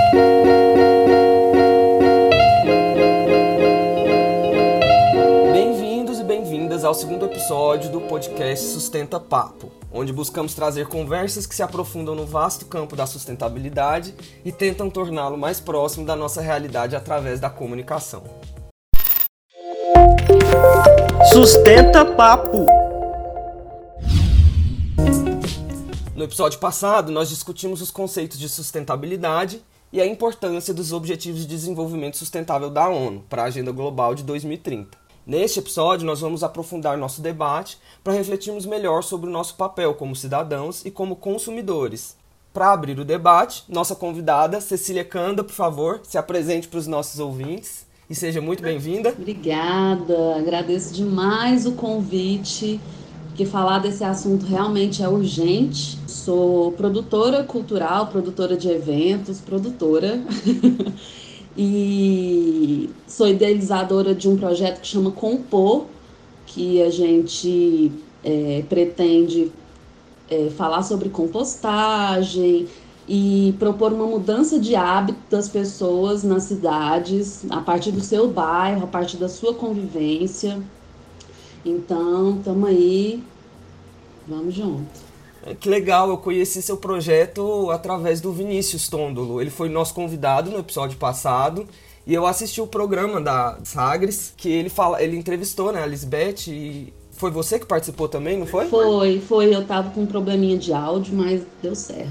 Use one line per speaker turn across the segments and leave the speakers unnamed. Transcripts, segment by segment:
Bem-vindos e bem-vindas ao segundo episódio do podcast Sustenta Papo, onde buscamos trazer conversas que se aprofundam no vasto campo da sustentabilidade e tentam torná-lo mais próximo da nossa realidade através da comunicação.
Sustenta Papo!
No episódio passado, nós discutimos os conceitos de sustentabilidade e a importância dos Objetivos de Desenvolvimento Sustentável da ONU para a Agenda Global de 2030. Neste episódio, nós vamos aprofundar nosso debate para refletirmos melhor sobre o nosso papel como cidadãos e como consumidores. Para abrir o debate, nossa convidada, Cecília Canda, por favor, se apresente para os nossos ouvintes e seja muito bem-vinda.
Obrigada, agradeço demais o convite, porque falar desse assunto realmente é urgente. Sou produtora cultural, produtora de eventos, e sou idealizadora de um projeto que chama Compor, que a gente pretende falar sobre compostagem e propor uma mudança de hábito das pessoas nas cidades, a partir do seu bairro, a partir da sua convivência. Então, estamos aí, vamos junto.
Que legal, eu conheci seu projeto através do Vinícius Tondolo. Ele foi nosso convidado no episódio passado e eu assisti o programa da Sagres, que ele entrevistou, né, a Lisbeth, e foi você que participou também, não foi?
Foi. Eu tava com um probleminha de áudio, mas deu certo.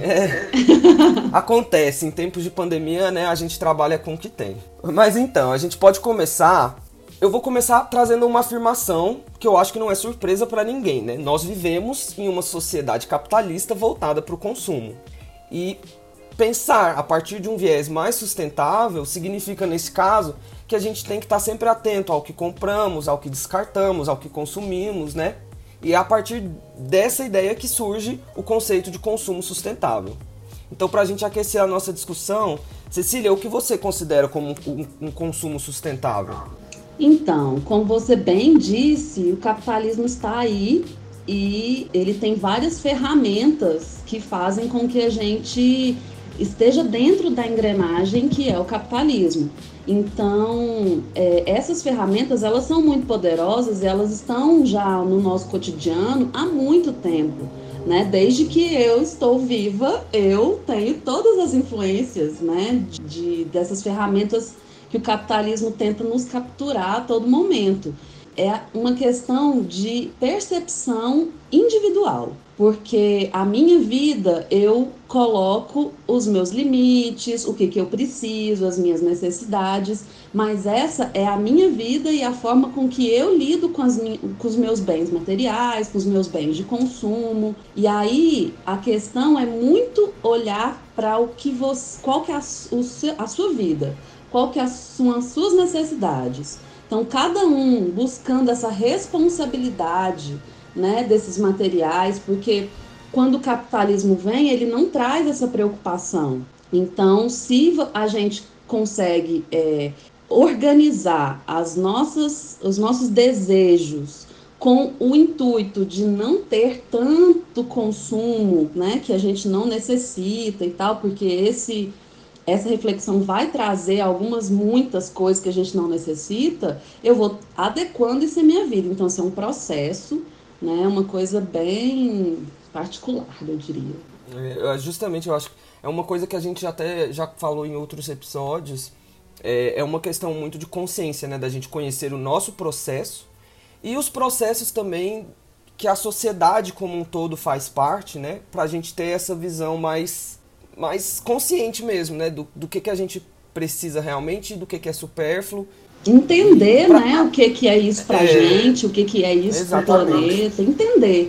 Acontece, em tempos de pandemia, né, a gente trabalha com o que tem. Mas então, a gente pode começar. Eu vou começar trazendo uma afirmação que eu acho que não é surpresa para ninguém, né? Nós vivemos em uma sociedade capitalista voltada para o consumo. E pensar a partir de um viés mais sustentável significa, nesse caso, que a gente tem que estar sempre atento ao que compramos, ao que descartamos, ao que consumimos, né? E é a partir dessa ideia que surge o conceito de consumo sustentável. Então, para a gente aquecer a nossa discussão, Cecília, o que você considera como um consumo sustentável?
Então, como você bem disse, o capitalismo está aí e ele tem várias ferramentas que fazem com que a gente esteja dentro da engrenagem que é o capitalismo. Então, essas ferramentas, elas são muito poderosas e elas estão já no nosso cotidiano há muito tempo, né? Desde que eu estou viva, eu tenho todas as influências, né, dessas ferramentas que o capitalismo tenta nos capturar a todo momento. É uma questão de percepção individual, porque a minha vida, eu coloco os meus limites, o que eu preciso, as minhas necessidades, mas essa é a minha vida e a forma com que eu lido com os meus bens materiais, com os meus bens de consumo. E aí a questão é muito olhar para qual que é a sua vida, qual que são as suas necessidades. Então, cada um buscando essa responsabilidade, né, desses materiais, porque quando o capitalismo vem, ele não traz essa preocupação. Então, se a gente consegue organizar os nossos desejos com o intuito de não ter tanto consumo, né, que a gente não necessita e tal, porque essa reflexão vai trazer muitas coisas que a gente não necessita, eu vou adequando isso à minha vida. Então, assim, é um processo, né? Uma coisa bem particular, eu diria.
Justamente, eu acho que é uma coisa que a gente até já falou em outros episódios, é uma questão muito de consciência, né? Da gente conhecer o nosso processo e os processos também que a sociedade como um todo faz parte, né? Pra gente ter essa visão mais consciente mesmo, né? Do que a gente precisa realmente e do que é supérfluo.
Entender, né? O que é isso pra gente, o que é isso pro planeta, entender.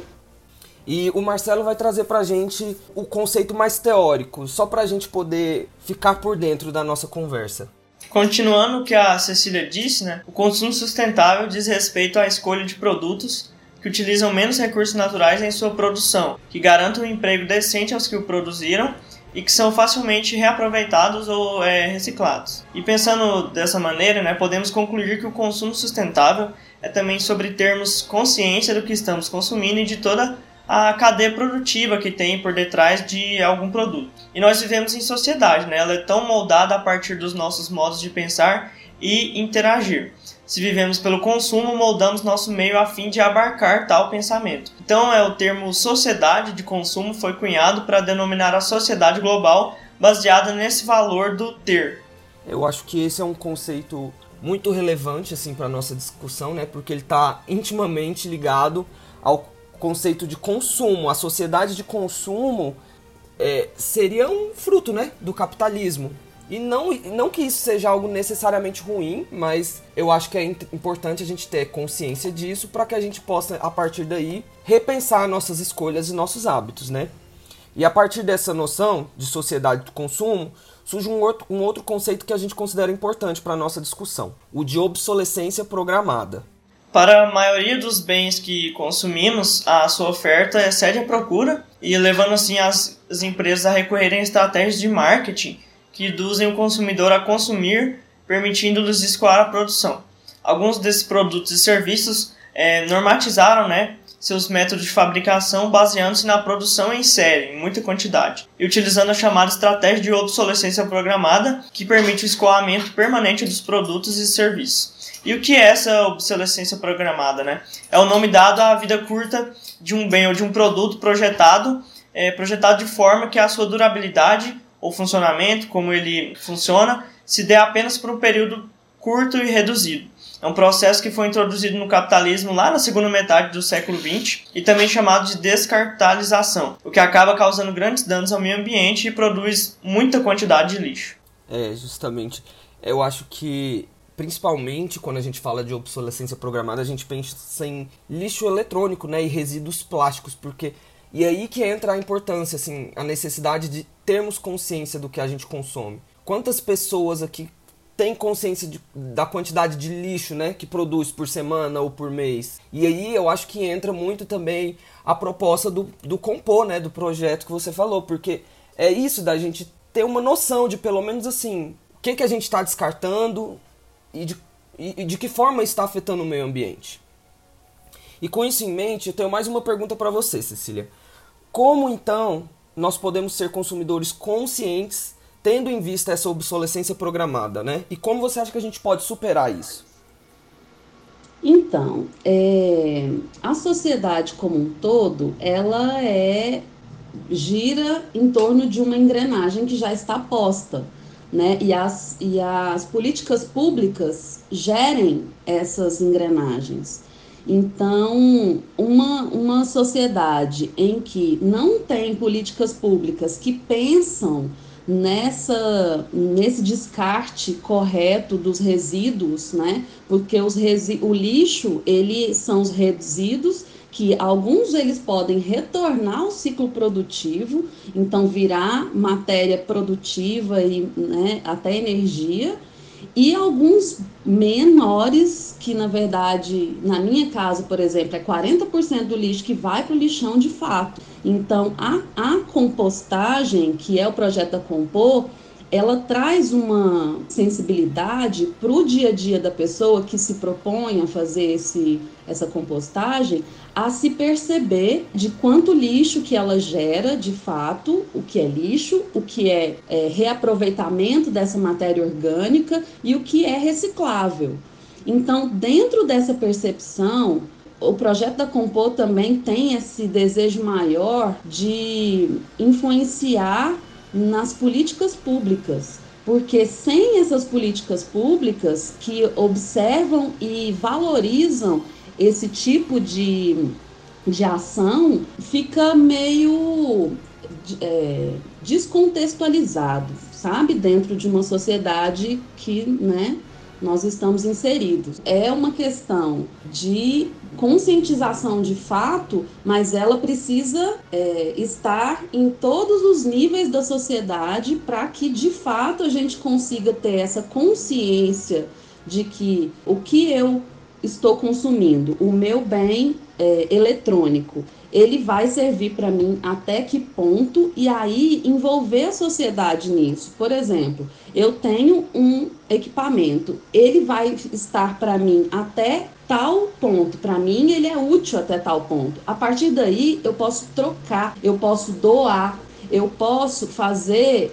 E o Marcelo vai trazer pra gente o conceito mais teórico, só pra gente poder ficar por dentro da nossa conversa.
Continuando o que a Cecília disse, né? O consumo sustentável diz respeito à escolha de produtos que utilizam menos recursos naturais em sua produção, que garantam um emprego decente aos que o produziram e que são facilmente reaproveitados ou reciclados. E pensando dessa maneira, né, podemos concluir que o consumo sustentável é também sobre termos consciência do que estamos consumindo e de toda a cadeia produtiva que tem por detrás de algum produto. E nós vivemos em sociedade, né? Ela é tão moldada a partir dos nossos modos de pensar e interagir. Se vivemos pelo consumo, moldamos nosso meio a fim de abarcar tal pensamento. Então, o termo sociedade de consumo foi cunhado para denominar a sociedade global baseada nesse valor do ter.
Eu acho que esse é um conceito muito relevante assim, para a nossa discussão, né? Porque ele está intimamente ligado ao conceito de consumo. A sociedade de consumo seria um fruto, né, do capitalismo. E não que isso seja algo necessariamente ruim, mas eu acho que é importante a gente ter consciência disso para que a gente possa, a partir daí, repensar nossas escolhas e nossos hábitos, né? E a partir dessa noção de sociedade do consumo, surge um outro conceito que a gente considera importante para a nossa discussão, o de obsolescência programada.
Para a maioria dos bens que consumimos, a sua oferta excede a procura, e levando assim as empresas a recorrerem a estratégias de marketing que induzem o consumidor a consumir, permitindo-lhes escoar a produção. Alguns desses produtos e serviços normatizaram, seus métodos de fabricação baseando-se na produção em série, em muita quantidade, e utilizando a chamada estratégia de obsolescência programada, que permite o escoamento permanente dos produtos e serviços. E o que é essa obsolescência programada? É o nome dado à vida curta de um bem ou de um produto projetado de forma que a sua durabilidade ou funcionamento, como ele funciona, se dê apenas por um período curto e reduzido. É um processo que foi introduzido no capitalismo lá na segunda metade do século XX e também chamado de descartalização, o que acaba causando grandes danos ao meio ambiente e produz muita quantidade de lixo.
Justamente. Eu acho que, principalmente quando a gente fala de obsolescência programada, a gente pensa em lixo eletrônico, né, e resíduos plásticos, porque... E aí que entra a importância, assim, a necessidade de termos consciência do que a gente consome. Quantas pessoas aqui têm consciência da quantidade de lixo, né, que produz por semana ou por mês? E aí eu acho que entra muito também a proposta do Compô, né, do projeto que você falou, porque é isso da gente ter uma noção de, pelo menos assim, o que a gente está descartando e de que forma está afetando o meio ambiente. E com isso em mente, eu tenho mais uma pergunta para você, Cecília. Como, então, nós podemos ser consumidores conscientes, tendo em vista essa obsolescência programada, né? E como você acha que a gente pode superar isso?
Então, a sociedade como um todo, ela gira em torno de uma engrenagem que já está posta, né? E as políticas públicas gerem essas engrenagens. Então, uma sociedade em que não tem políticas públicas que pensam nesse descarte correto dos resíduos, né? Porque o lixo, são os resíduos que alguns eles podem retornar ao ciclo produtivo, então virar matéria produtiva e, né, até energia, e alguns menores, que na verdade, na minha casa, por exemplo, é 40% do lixo que vai para o lixão de fato. Então, a compostagem, que é o projeto da Compô, ela traz uma sensibilidade para o dia a dia da pessoa que se propõe a fazer essa compostagem, a se perceber de quanto lixo que ela gera, de fato, o que é lixo, o que é reaproveitamento dessa matéria orgânica e o que é reciclável. Então, dentro dessa percepção, o projeto da Compô também tem esse desejo maior de influenciar nas políticas públicas, porque sem essas políticas públicas que observam e valorizam esse tipo de ação, fica meio descontextualizado, sabe? Dentro de uma sociedade que, né, nós estamos inseridos. É uma questão de conscientização de fato, mas ela precisa estar em todos os níveis da sociedade para que, de fato, a gente consiga ter essa consciência de que o que eu estou consumindo o meu bem eletrônico, ele vai servir para mim até que ponto, e aí envolver a sociedade nisso. Por exemplo, eu tenho um equipamento, ele vai estar para mim até tal ponto, para mim ele é útil até tal ponto. A partir daí eu posso trocar, eu posso doar, eu posso fazer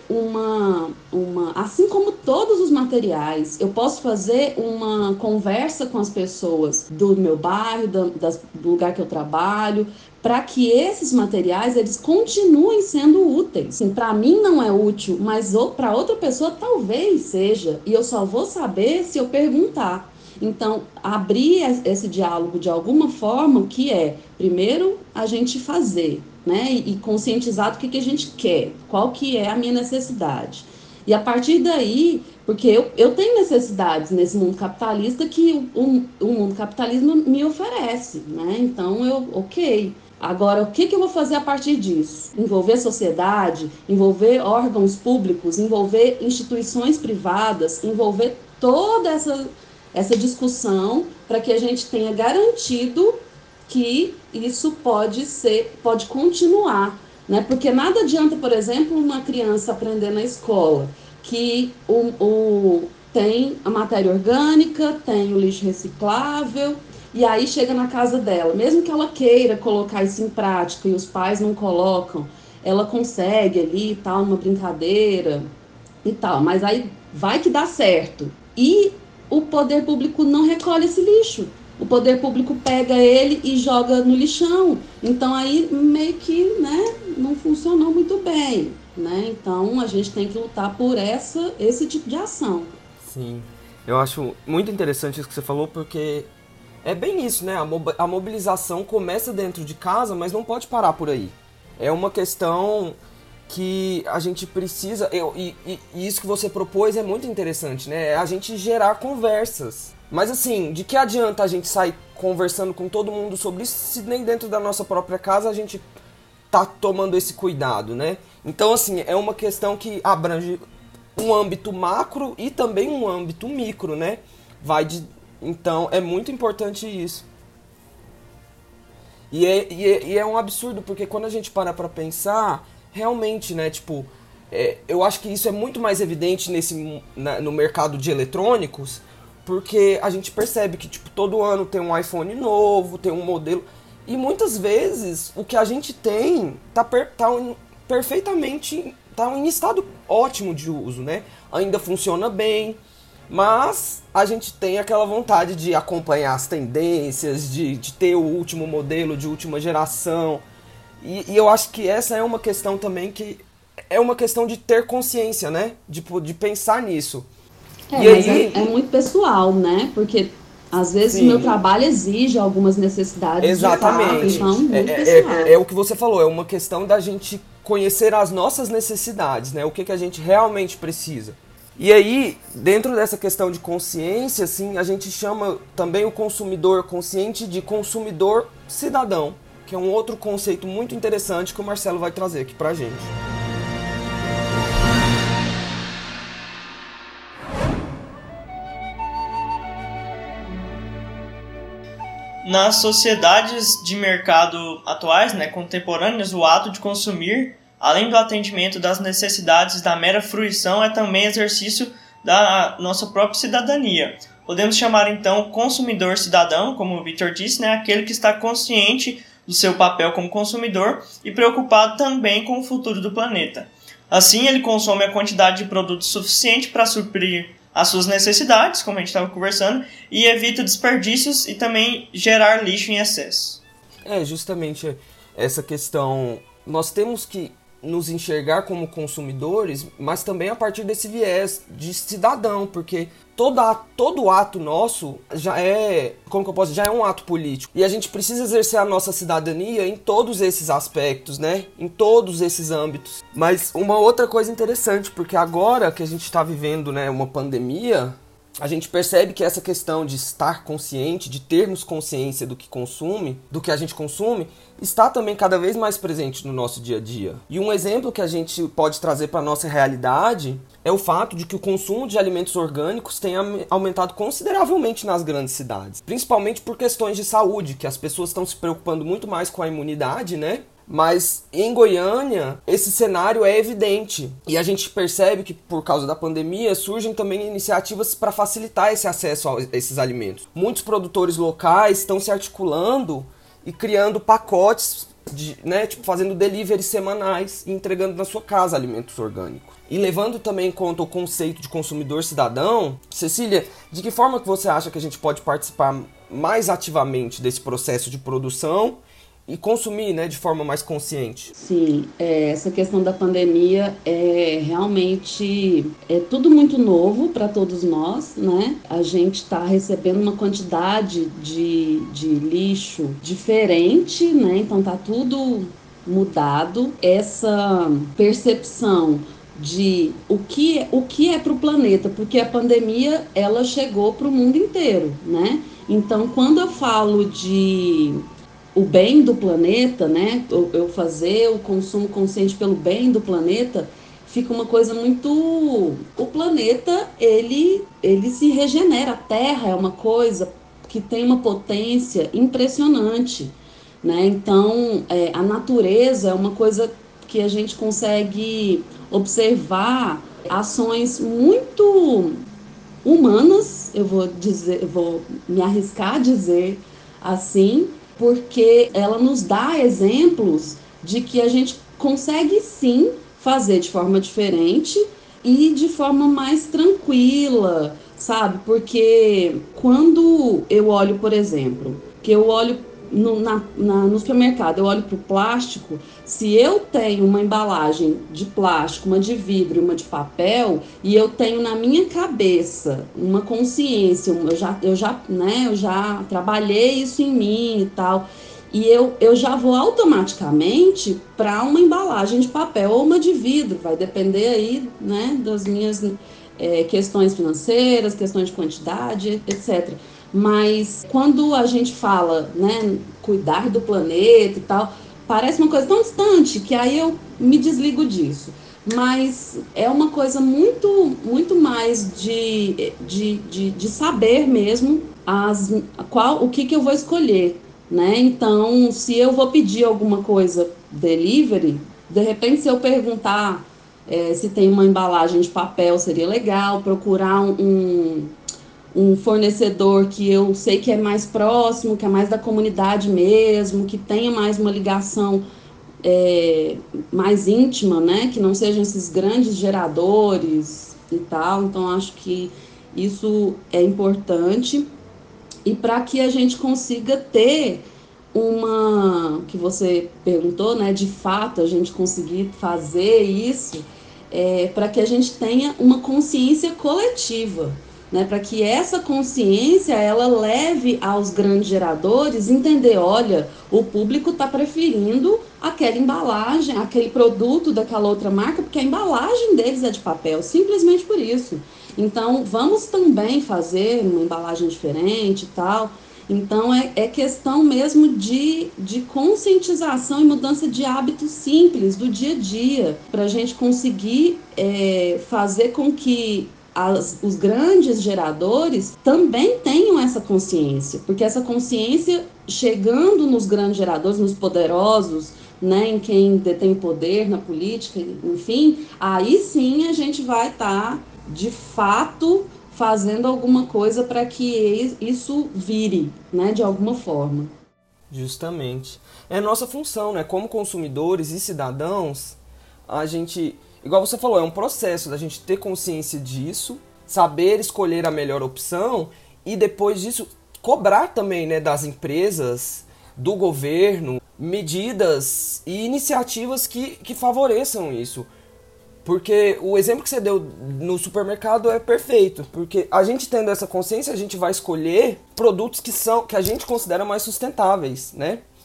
assim como todos os materiais, eu posso fazer uma conversa com as pessoas do meu bairro, do lugar que eu trabalho, para que esses materiais eles continuem sendo úteis. Assim, para mim não é útil, mas para outra pessoa talvez seja, e eu só vou saber se eu perguntar. Então, abrir esse diálogo de alguma forma, que é, primeiro, a gente fazer, né? E conscientizar do que a gente quer, qual que é a minha necessidade. E a partir daí, porque eu tenho necessidades nesse mundo capitalista que o mundo capitalista me oferece, né? Então, ok. Agora, o que eu vou fazer a partir disso? Envolver a sociedade, envolver órgãos públicos, envolver instituições privadas, envolver toda essa discussão para que a gente tenha garantido que isso pode continuar, né? Porque nada adianta, por exemplo, uma criança aprender na escola que tem a matéria orgânica, tem o lixo reciclável, e aí chega na casa dela, mesmo que ela queira colocar isso em prática e os pais não colocam, ela consegue ali e tal, numa brincadeira e tal, mas aí vai que dá certo. E o poder público não recolhe esse lixo. O poder público pega ele e joga no lixão. Então aí meio que, né, não funcionou muito bem, né? Então a gente tem que lutar por esse tipo de ação.
Sim, eu acho muito interessante isso que você falou, porque é bem isso, né? A mobilização começa dentro de casa, mas não pode parar por aí. É uma questão que a gente precisa, e isso que você propôs é muito interessante, né? É a gente gerar conversas. Mas assim, de que adianta a gente sair conversando com todo mundo sobre isso se nem dentro da nossa própria casa a gente tá tomando esse cuidado, né? Então assim, é uma questão que abrange um âmbito macro e também um âmbito micro, né? Então é muito importante isso. E é um absurdo, porque quando a gente para pra pensar, realmente, né, tipo, eu acho que isso é muito mais evidente no mercado de eletrônicos, porque a gente percebe que, tipo, todo ano tem um iPhone novo, tem um modelo, e muitas vezes o que a gente tem tá perfeitamente, tá em estado ótimo de uso, né? Ainda funciona bem, mas a gente tem aquela vontade de acompanhar as tendências, de ter o último modelo de última geração. E eu acho que essa é uma questão também que é uma questão de ter consciência, né? De pensar nisso.
Mas é muito pessoal, né? Porque às vezes o meu trabalho exige algumas necessidades.
Exatamente.
De fato, então, muito pessoal.
É o que você falou, é uma questão da gente conhecer as nossas necessidades, né? O que a gente realmente precisa. E aí, dentro dessa questão de consciência, assim, a gente chama também o consumidor consciente de consumidor cidadão, que é um outro conceito muito interessante que o Marcelo vai trazer aqui pra gente.
Nas sociedades de mercado atuais, né, contemporâneas, o ato de consumir, além do atendimento das necessidades da mera fruição, é também exercício da nossa própria cidadania. Podemos chamar então consumidor cidadão, como o Victor disse, né, aquele que está consciente do seu papel como consumidor e preocupado também com o futuro do planeta. Assim, ele consome a quantidade de produtos suficiente para suprir as suas necessidades, como a gente estava conversando, e evita desperdícios e também gerar lixo em excesso.
Justamente essa questão. Nós temos que nos enxergar como consumidores, mas também a partir desse viés de cidadão, porque todo ato nosso já é, já é um ato político. E a gente precisa exercer a nossa cidadania em todos esses aspectos, né? Em todos esses âmbitos. Mas uma outra coisa interessante, porque agora que a gente está vivendo, né, uma pandemia, a gente percebe que essa questão de estar consciente, de termos consciência do que a gente consome, está também cada vez mais presente no nosso dia a dia. E um exemplo que a gente pode trazer para a nossa realidade é o fato de que o consumo de alimentos orgânicos tem aumentado consideravelmente nas grandes cidades. Principalmente por questões de saúde, que as pessoas estão se preocupando muito mais com a imunidade, né? Mas em Goiânia, esse cenário é evidente. E a gente percebe que, por causa da pandemia, surgem também iniciativas para facilitar esse acesso a esses alimentos. Muitos produtores locais estão se articulando e criando pacotes, fazendo deliveries semanais e entregando na sua casa alimentos orgânicos. E levando também em conta o conceito de consumidor cidadão, Cecília, de que forma que você acha que a gente pode participar mais ativamente desse processo de produção e consumir, de forma mais consciente?
Sim, essa questão da pandemia realmente tudo muito novo para todos nós, né? A gente está recebendo uma quantidade de lixo diferente, né? Então tá tudo mudado. Essa percepção de o que é para o planeta, porque a pandemia ela chegou para o mundo inteiro, né? Então quando eu falo de o bem do planeta, né? Eu fazer o consumo consciente pelo bem do planeta, fica uma coisa muito... O planeta, ele se regenera. A Terra é uma coisa que tem uma potência impressionante, né? Então, a natureza é uma coisa que a gente consegue observar ações muito humanas, eu vou me arriscar a dizer assim, porque ela nos dá exemplos de que a gente consegue sim fazer de forma diferente e de forma mais tranquila, sabe? Porque quando eu olho, por exemplo, que eu olho no supermercado, eu olho para o plástico, se eu tenho uma embalagem de plástico, uma de vidro e uma de papel, e eu tenho na minha cabeça uma consciência, eu já trabalhei isso em mim e tal, e eu já vou automaticamente para uma embalagem de papel ou uma de vidro, vai depender aí, né, das minhas questões financeiras, questões de quantidade, etc. Mas quando a gente fala, né, cuidar do planeta e tal, parece uma coisa tão distante que aí eu me desligo disso. Mas é uma coisa muito, muito mais de saber mesmo o que eu vou escolher, né? Então, se eu vou pedir alguma coisa delivery, de repente se eu perguntar se tem uma embalagem de papel, seria legal procurar um fornecedor que eu sei que é mais próximo, que é mais da comunidade mesmo, que tenha mais uma ligação mais íntima, né? Que não sejam esses grandes geradores e tal. Então, acho que isso é importante. E para que a gente consiga ter que você perguntou, né? De fato, a gente conseguir fazer isso, para que a gente tenha uma consciência coletiva, né, para que essa consciência ela leve aos grandes geradores entender, olha, o público está preferindo aquela embalagem, aquele produto daquela outra marca, porque a embalagem deles é de papel, simplesmente por isso. Então, vamos também fazer uma embalagem diferente e tal. Então, é questão mesmo de conscientização e mudança de hábitos simples do dia a dia, para a gente conseguir fazer com que os grandes geradores também tenham essa consciência, porque essa consciência chegando nos grandes geradores, nos poderosos, né, em quem detém poder na política, enfim, aí sim a gente vai estar de fato fazendo alguma coisa para que isso vire, né, de alguma forma.
Justamente. É nossa função, né, como consumidores e cidadãos, a gente... Igual você falou, é um processo da gente ter consciência disso, saber escolher a melhor opção e depois disso cobrar também, né, das empresas, do governo, medidas e iniciativas que favoreçam isso. Porque o exemplo que você deu no supermercado é perfeito, porque a gente tendo essa consciência, a gente vai escolher produtos que a gente considera mais sustentáveis, né?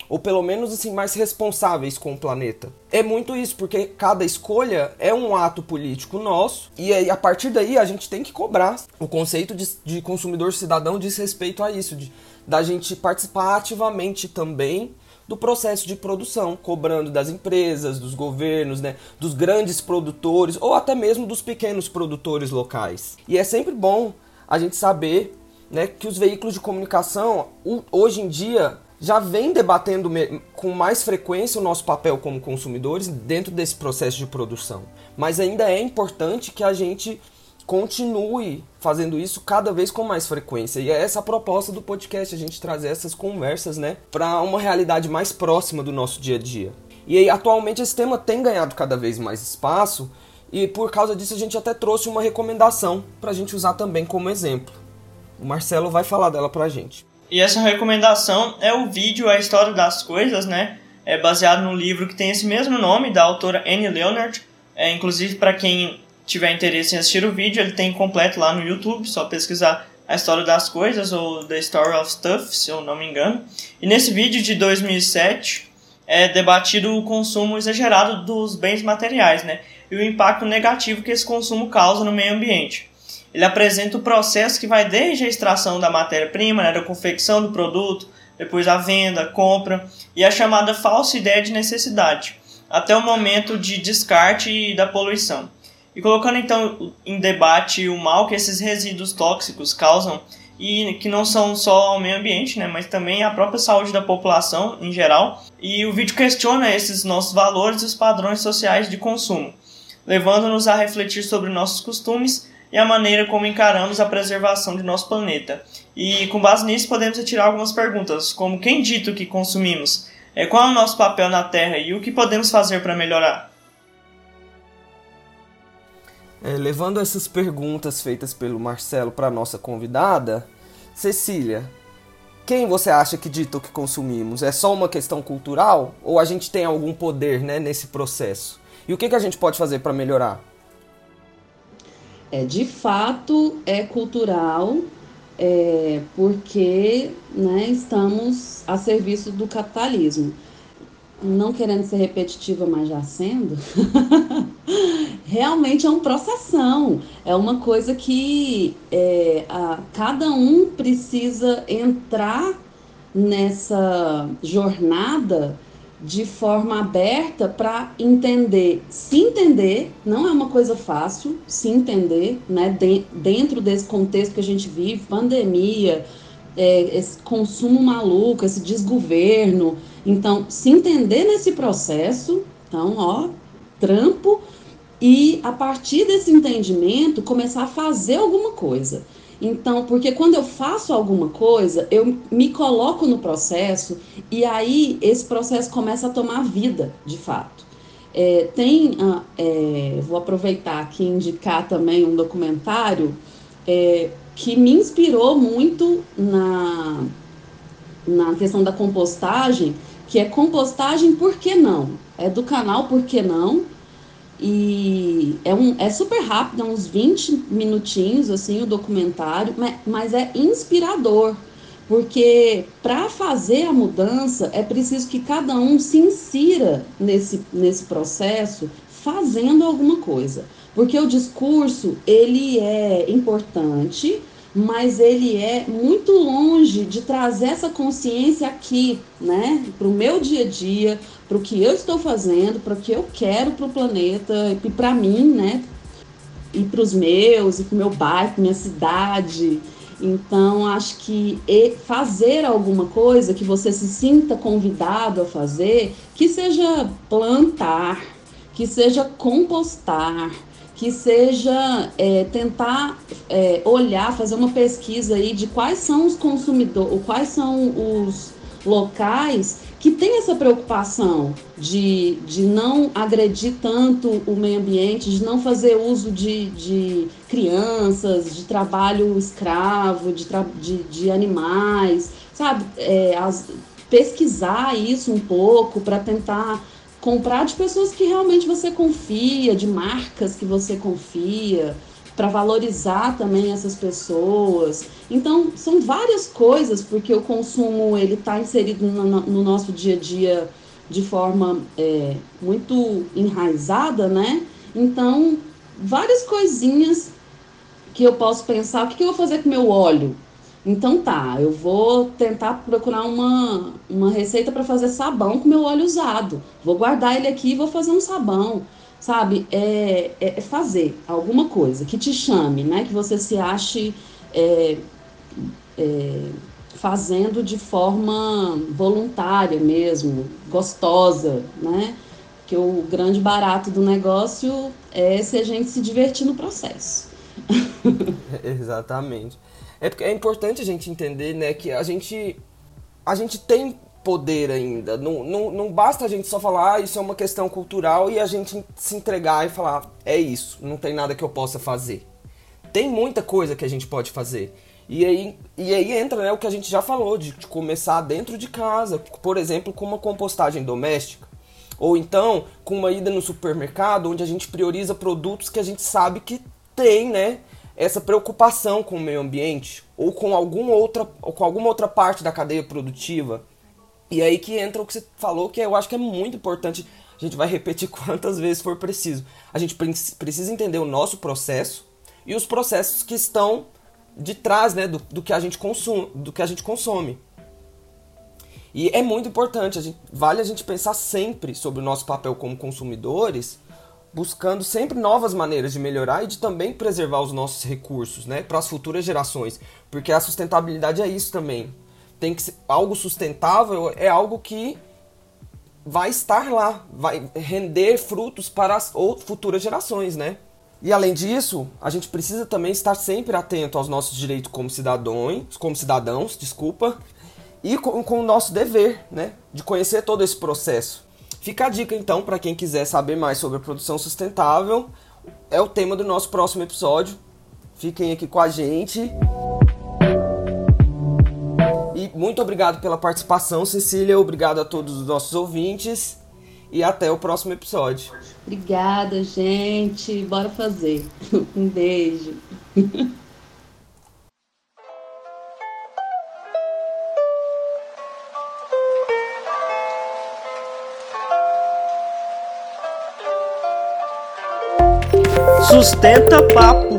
ou pelo menos assim mais responsáveis com o planeta. É muito isso, porque cada escolha é um ato político nosso, e aí, a partir daí a gente tem que cobrar. O conceito de consumidor cidadão diz respeito a isso, da gente participar ativamente também do processo de produção, cobrando das empresas, dos governos, né, dos grandes produtores ou até mesmo dos pequenos produtores locais. E é sempre bom a gente saber, né, que os veículos de comunicação, hoje em dia, já vem debatendo com mais frequência o nosso papel como consumidores dentro desse processo de produção. Mas ainda é importante que a gente continue fazendo isso cada vez com mais frequência. E é essa a proposta do podcast, a gente trazer essas conversas, né, para uma realidade mais próxima do nosso dia a dia. E aí, atualmente esse tema tem ganhado cada vez mais espaço, e por causa disso a gente até trouxe uma recomendação para a gente usar também como exemplo. O Marcelo vai falar dela pra gente.
E essa recomendação é o vídeo A História das Coisas, né? É baseado no livro que tem esse mesmo nome, da autora Annie Leonard. Inclusive, para quem tiver interesse em assistir o vídeo, ele tem completo lá no YouTube, só pesquisar A História das Coisas ou The Story of Stuff, se eu não me engano. E nesse vídeo de 2007 é debatido o consumo exagerado dos bens materiais, né? E o impacto negativo que esse consumo causa no meio ambiente. Ele apresenta o processo que vai desde a extração da matéria-prima, né, da confecção do produto, depois a venda, a compra e a chamada falsa ideia de necessidade, até o momento de descarte e da poluição. E colocando então em debate o mal que esses resíduos tóxicos causam, e que não são só ao meio ambiente, né, mas também à própria saúde da população em geral. E o vídeo questiona esses nossos valores e os padrões sociais de consumo, levando-nos a refletir sobre nossos costumes e a maneira como encaramos a preservação de nosso planeta. E com base nisso podemos retirar algumas perguntas, como quem dita o que consumimos, qual é o nosso papel na Terra e o que podemos fazer para melhorar?
Levando essas perguntas feitas pelo Marcelo para a nossa convidada, Cecília, quem você acha que dita o que consumimos? É só uma questão cultural ou a gente tem algum poder, né, nesse processo? E o que a gente pode fazer para melhorar?
De fato, é cultural, porque, né, estamos a serviço do capitalismo. Não querendo ser repetitiva, mas já sendo, realmente é um processão. É uma coisa que cada um precisa entrar nessa jornada de forma aberta para entender, se entender, não é uma coisa fácil, se entender, né, dentro desse contexto que a gente vive, pandemia, esse consumo maluco, esse desgoverno. Então, se entender nesse processo, então, trampo, e a partir desse entendimento, começar a fazer alguma coisa. Então, porque quando eu faço alguma coisa, eu me coloco no processo e aí esse processo começa a tomar vida, de fato. Vou aproveitar aqui e indicar também um documentário que me inspirou muito na questão da compostagem, que é Compostagem Por Que Não? É do canal Por Que Não? E é super rápido, é uns 20 minutinhos assim, o documentário, mas é inspirador, porque para fazer a mudança é preciso que cada um se insira nesse processo fazendo alguma coisa, porque o discurso ele é importante, mas ele é muito longe de trazer essa consciência aqui, né, para o meu dia a dia, para o que eu estou fazendo, para o que eu quero para o planeta e para mim, né, e para os meus, e para o meu bairro, minha cidade. Então, acho que fazer alguma coisa que você se sinta convidado a fazer, que seja plantar, que seja compostar, que seja tentar olhar, fazer uma pesquisa aí de quais são os consumidores, quais são os locais que têm essa preocupação de não agredir tanto o meio ambiente, de não fazer uso de crianças, de trabalho escravo, de animais, sabe? Pesquisar isso um pouco para tentar comprar de pessoas que realmente você confia, de marcas que você confia, para valorizar também essas pessoas. Então, são várias coisas, porque o consumo ele está inserido no nosso dia a dia de forma muito enraizada, né? Então, várias coisinhas que eu posso pensar, o que eu vou fazer com o meu óleo? Então tá, eu vou tentar procurar uma receita para fazer sabão com meu óleo usado. Vou guardar ele aqui e vou fazer um sabão, sabe? É fazer alguma coisa que te chame, né? Que você se ache fazendo de forma voluntária mesmo, gostosa, né? Que o grande barato do negócio é se a gente se divertir no processo.
Exatamente. É porque é importante a gente entender, né, que a gente tem poder ainda. Não basta a gente só falar, isso é uma questão cultural, e a gente se entregar e falar, é isso, não tem nada que eu possa fazer. Tem muita coisa que a gente pode fazer. E aí entra, né, o que a gente já falou, de começar dentro de casa, por exemplo, com uma compostagem doméstica. Ou então, com uma ida no supermercado, onde a gente prioriza produtos que a gente sabe que tem, né, essa preocupação com o meio ambiente, ou com alguma outra parte da cadeia produtiva. E aí que entra o que você falou, que eu acho que é muito importante, a gente vai repetir quantas vezes for preciso. A gente precisa entender o nosso processo e os processos que estão de trás, né, do que a gente consome. E é muito importante, vale a gente pensar sempre sobre o nosso papel como consumidores, buscando sempre novas maneiras de melhorar e de também preservar os nossos recursos, né, para as futuras gerações. Porque a sustentabilidade é isso também. Tem que ser algo sustentável, é algo que vai estar lá, vai render frutos para as futuras gerações, né? E além disso, a gente precisa também estar sempre atento aos nossos direitos como cidadãos, e com o nosso dever, né, de conhecer todo esse processo. Fica a dica então para quem quiser saber mais sobre a produção sustentável, é o tema do nosso próximo episódio. Fiquem aqui com a gente. E muito obrigado pela participação, Cecília, obrigado a todos os nossos ouvintes e até o próximo episódio.
Obrigada, gente. Bora fazer. Um beijo.
Sustenta Papo.